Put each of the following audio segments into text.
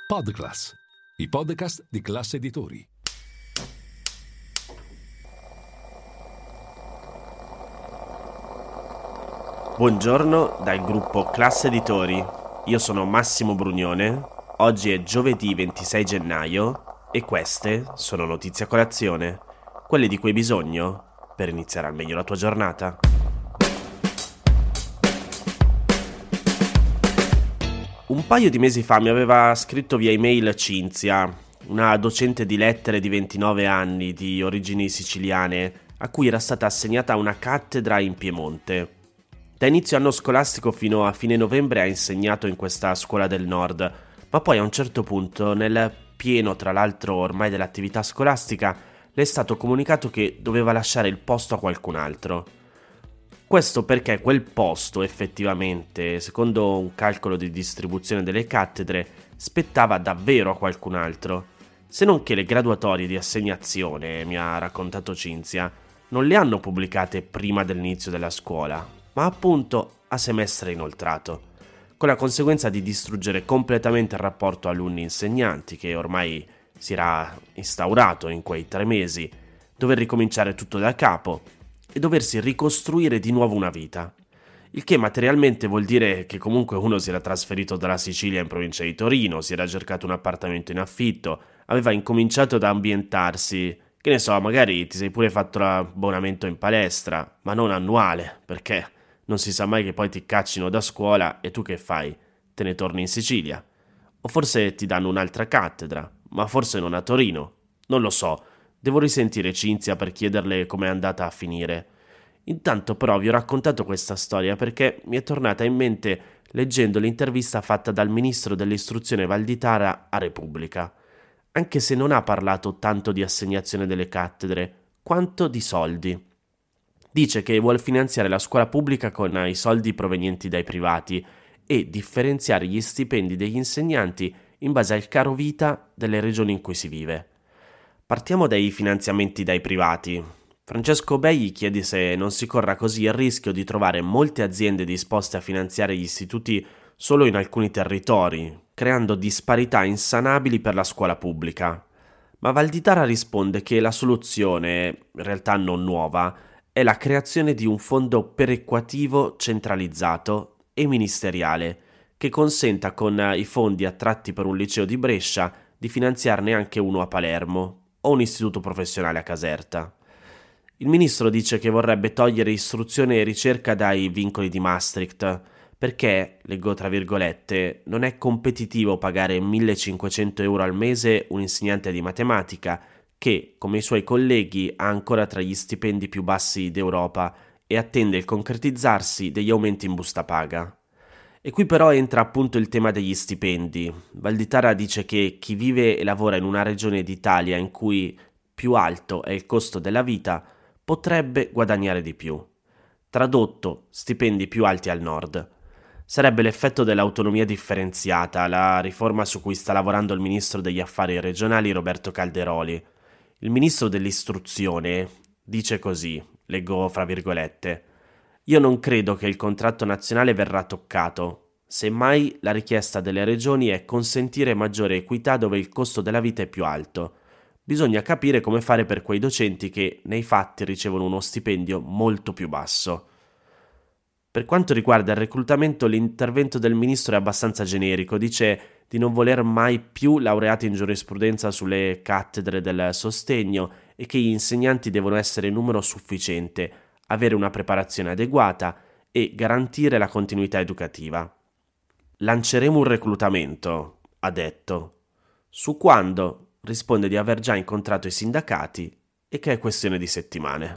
Podclass, i podcast di Classe Editori. Buongiorno dal gruppo Classe Editori. Io sono Massimo Brugnone. Oggi è giovedì 26 gennaio e queste sono notizie a colazione, quelle di cui hai bisogno per iniziare al meglio la tua giornata. Un paio di mesi fa mi aveva scritto via email Cinzia, una docente di lettere di 29 anni di origini siciliane, a cui era stata assegnata una cattedra in Piemonte. Da inizio anno scolastico fino a fine novembre ha insegnato in questa scuola del nord, ma poi a un certo punto, nel pieno tra l'altro ormai dell'attività scolastica, le è stato comunicato che doveva lasciare il posto a qualcun altro. Questo perché quel posto effettivamente, secondo un calcolo di distribuzione delle cattedre, spettava davvero a qualcun altro. Se non che le graduatorie di assegnazione, mi ha raccontato Cinzia, non le hanno pubblicate prima dell'inizio della scuola, ma appunto a semestre inoltrato, con la conseguenza di distruggere completamente il rapporto alunni-insegnanti che ormai si era instaurato in quei 3 mesi, dover ricominciare tutto da capo e doversi ricostruire di nuovo una vita. Il che materialmente vuol dire che comunque uno si era trasferito dalla Sicilia in provincia di Torino, si era cercato un appartamento in affitto, aveva incominciato ad ambientarsi, che ne so, magari ti sei pure fatto l'abbonamento in palestra, ma non annuale, perché non si sa mai che poi ti caccino da scuola e tu che fai? Te ne torni in Sicilia? O forse ti danno un'altra cattedra, ma forse non a Torino, non lo so. Devo risentire Cinzia per chiederle com'è andata a finire. Intanto però vi ho raccontato questa storia perché mi è tornata in mente leggendo l'intervista fatta dal ministro dell'istruzione Valditara a Repubblica, anche se non ha parlato tanto di assegnazione delle cattedre, quanto di soldi. Dice che vuol finanziare la scuola pubblica con i soldi provenienti dai privati e differenziare gli stipendi degli insegnanti in base al caro vita delle regioni in cui si vive. Partiamo dai finanziamenti dai privati. Francesco Begli chiede se non si corra così il rischio di trovare molte aziende disposte a finanziare gli istituti solo in alcuni territori, creando disparità insanabili per la scuola pubblica. Ma Valditara risponde che la soluzione, in realtà non nuova, è la creazione di un fondo perequativo centralizzato e ministeriale, che consenta con i fondi attratti per un liceo di Brescia di finanziarne anche uno a Palermo o un istituto professionale a Caserta. Il ministro dice che vorrebbe togliere istruzione e ricerca dai vincoli di Maastricht perché, leggo tra virgolette, non è competitivo pagare 1.500 euro al mese un insegnante di matematica che, come i suoi colleghi, ha ancora tra gli stipendi più bassi d'Europa e attende il concretizzarsi degli aumenti in busta paga. E qui però entra appunto il tema degli stipendi. Valditara dice che chi vive e lavora in una regione d'Italia in cui più alto è il costo della vita potrebbe guadagnare di più. Tradotto, stipendi più alti al nord. Sarebbe l'effetto dell'autonomia differenziata, la riforma su cui sta lavorando il ministro degli affari regionali Roberto Calderoli. Il ministro dell'istruzione dice così, leggo fra virgolette: io non credo che il contratto nazionale verrà toccato. Semmai la richiesta delle regioni è consentire maggiore equità dove il costo della vita è più alto. Bisogna capire come fare per quei docenti che nei fatti ricevono uno stipendio molto più basso. Per quanto riguarda il reclutamento, l'intervento del ministro è abbastanza generico. Dice di non voler mai più laureati in giurisprudenza sulle cattedre del sostegno e che gli insegnanti devono essere in numero sufficiente, avere una preparazione adeguata e garantire la continuità educativa. Lanceremo un reclutamento, ha detto. Su quando? Risponde di aver già incontrato i sindacati e che è questione di settimane.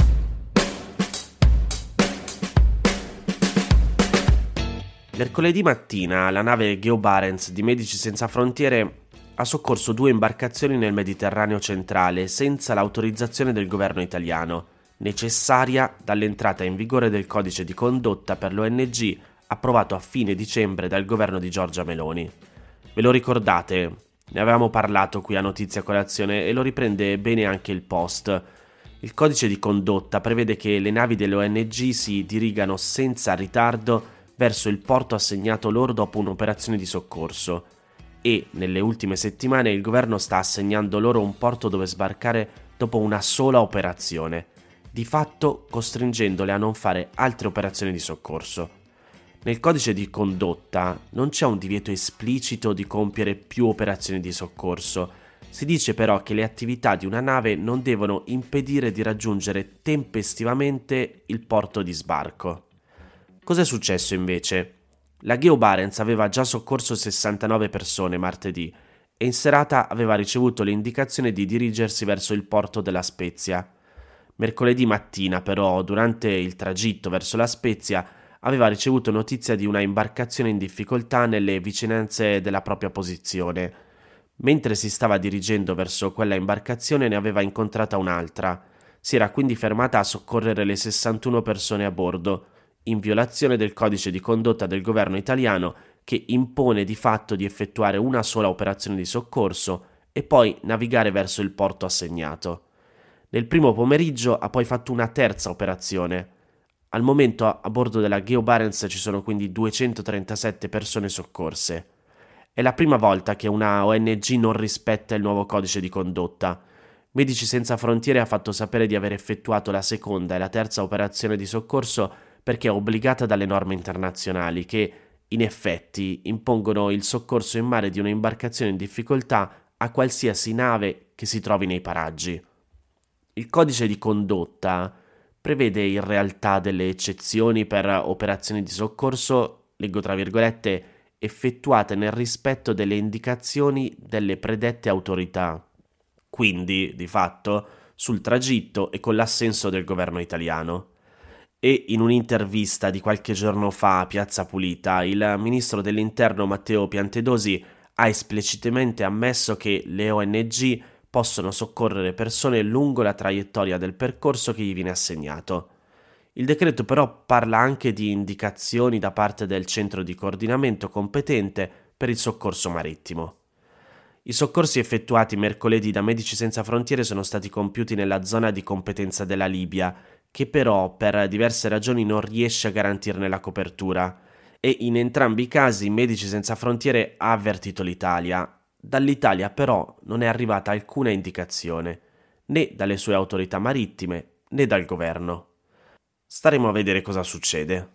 Mercoledì mattina la nave Geo Barents di Medici Senza Frontiere ha soccorso 2 imbarcazioni nel Mediterraneo centrale senza l'autorizzazione del governo italiano, necessaria dall'entrata in vigore del codice di condotta per l'ONG approvato a fine dicembre dal governo di Giorgia Meloni. Ve lo ricordate? Ne avevamo parlato qui a Notizia Colazione e lo riprende bene anche il Post. Il codice di condotta prevede che le navi delle ONG si dirigano senza ritardo verso il porto assegnato loro dopo un'operazione di soccorso e nelle ultime settimane il governo sta assegnando loro un porto dove sbarcare dopo una sola operazione, di fatto costringendole a non fare altre operazioni di soccorso. Nel codice di condotta non c'è un divieto esplicito di compiere più operazioni di soccorso, si dice però che le attività di una nave non devono impedire di raggiungere tempestivamente il porto di sbarco. Cos'è successo invece? La Geo Barents aveva già soccorso 69 persone martedì e in serata aveva ricevuto l'indicazione di dirigersi verso il porto della Spezia. Mercoledì mattina però, durante il tragitto verso la Spezia, aveva ricevuto notizia di una imbarcazione in difficoltà nelle vicinanze della propria posizione. Mentre si stava dirigendo verso quella imbarcazione ne aveva incontrata un'altra. Si era quindi fermata a soccorrere le 61 persone a bordo, in violazione del codice di condotta del governo italiano che impone di fatto di effettuare una sola operazione di soccorso e poi navigare verso il porto assegnato. Nel primo pomeriggio ha poi fatto una terza operazione. Al momento a bordo della Geo Barents ci sono quindi 237 persone soccorse. È la prima volta che una ONG non rispetta il nuovo codice di condotta. Medici Senza Frontiere ha fatto sapere di aver effettuato la seconda e la terza operazione di soccorso perché è obbligata dalle norme internazionali che, in effetti, impongono il soccorso in mare di un'imbarcazione in difficoltà a qualsiasi nave che si trovi nei paraggi. Il codice di condotta prevede in realtà delle eccezioni per operazioni di soccorso, leggo tra virgolette, effettuate nel rispetto delle indicazioni delle predette autorità, quindi, di fatto, sul tragitto e con l'assenso del governo italiano. E in un'intervista di qualche giorno fa a Piazza Pulita, il ministro dell'Interno Matteo Piantedosi ha esplicitamente ammesso che le ONG possono soccorrere persone lungo la traiettoria del percorso che gli viene assegnato. Il decreto però parla anche di indicazioni da parte del centro di coordinamento competente per il soccorso marittimo. I soccorsi effettuati mercoledì da Medici Senza Frontiere sono stati compiuti nella zona di competenza della Libia, che però per diverse ragioni non riesce a garantirne la copertura, e in entrambi i casi Medici Senza Frontiere ha avvertito l'Italia. Dall'Italia però non è arrivata alcuna indicazione, né dalle sue autorità marittime né dal governo. Staremo a vedere cosa succede.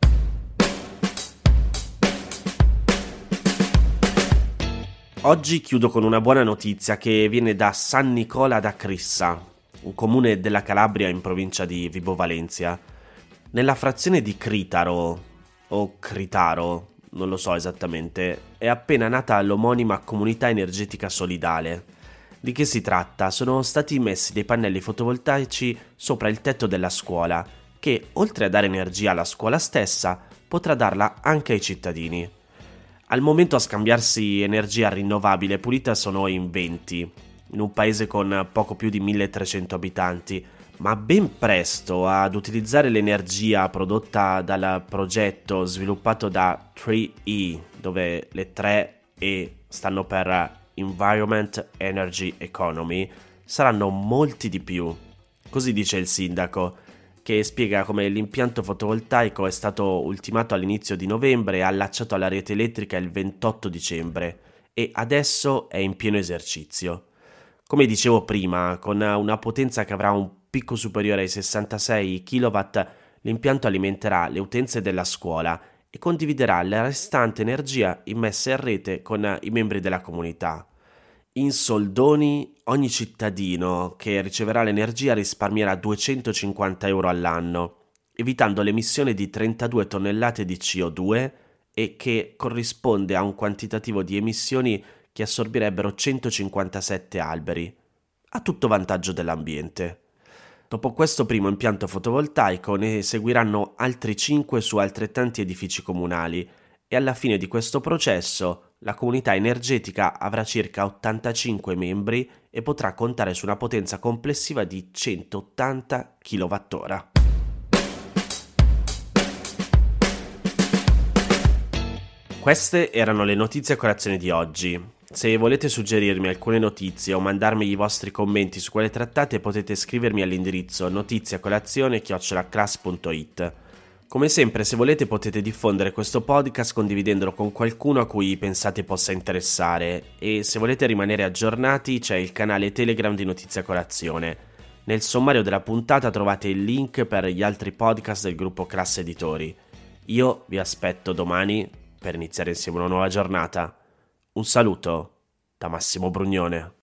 Oggi chiudo con una buona notizia che viene da San Nicola da Crissa, un comune della Calabria in provincia di Vibo Valentia. Nella frazione di Critaro, o Critaro, non lo so esattamente, è appena nata l'omonima comunità energetica solidale. Di che si tratta? Sono stati messi dei pannelli fotovoltaici sopra il tetto della scuola, che oltre a dare energia alla scuola stessa, potrà darla anche ai cittadini. Al momento a scambiarsi energia rinnovabile e pulita sono in 20, in un paese con poco più di 1300 abitanti, ma ben presto ad utilizzare l'energia prodotta dal progetto sviluppato da 3E, dove le 3 E stanno per Environment, Energy, Economy, saranno molti di più. Così dice il sindaco, che spiega come l'impianto fotovoltaico è stato ultimato all'inizio di novembre e allacciato alla rete elettrica il 28 dicembre e adesso è in pieno esercizio. Come dicevo prima, con una potenza che avrà un picco superiore ai 66 kW, l'impianto alimenterà le utenze della scuola e condividerà la restante energia immessa in rete con i membri della comunità. In soldoni, ogni cittadino che riceverà l'energia risparmierà 250 euro all'anno, evitando l'emissione di 32 tonnellate di CO2 e che corrisponde a un quantitativo di emissioni che assorbirebbero 157 alberi, a tutto vantaggio dell'ambiente. Dopo questo primo impianto fotovoltaico ne seguiranno altri 5 su altrettanti edifici comunali e alla fine di questo processo la comunità energetica avrà circa 85 membri e potrà contare su una potenza complessiva di 180 kWh. Queste erano le notizie a colazione di oggi. Se volete suggerirmi alcune notizie o mandarmi i vostri commenti su quelle trattate potete scrivermi all'indirizzo notiziacolazione@class.it. Come sempre, se volete potete diffondere questo podcast condividendolo con qualcuno a cui pensate possa interessare, e se volete rimanere aggiornati c'è il canale Telegram di Notizia Colazione. Nel sommario della puntata trovate il link per gli altri podcast del gruppo Classe Editori. Io vi aspetto domani per iniziare insieme una nuova giornata. Un saluto da Massimo Brugnone.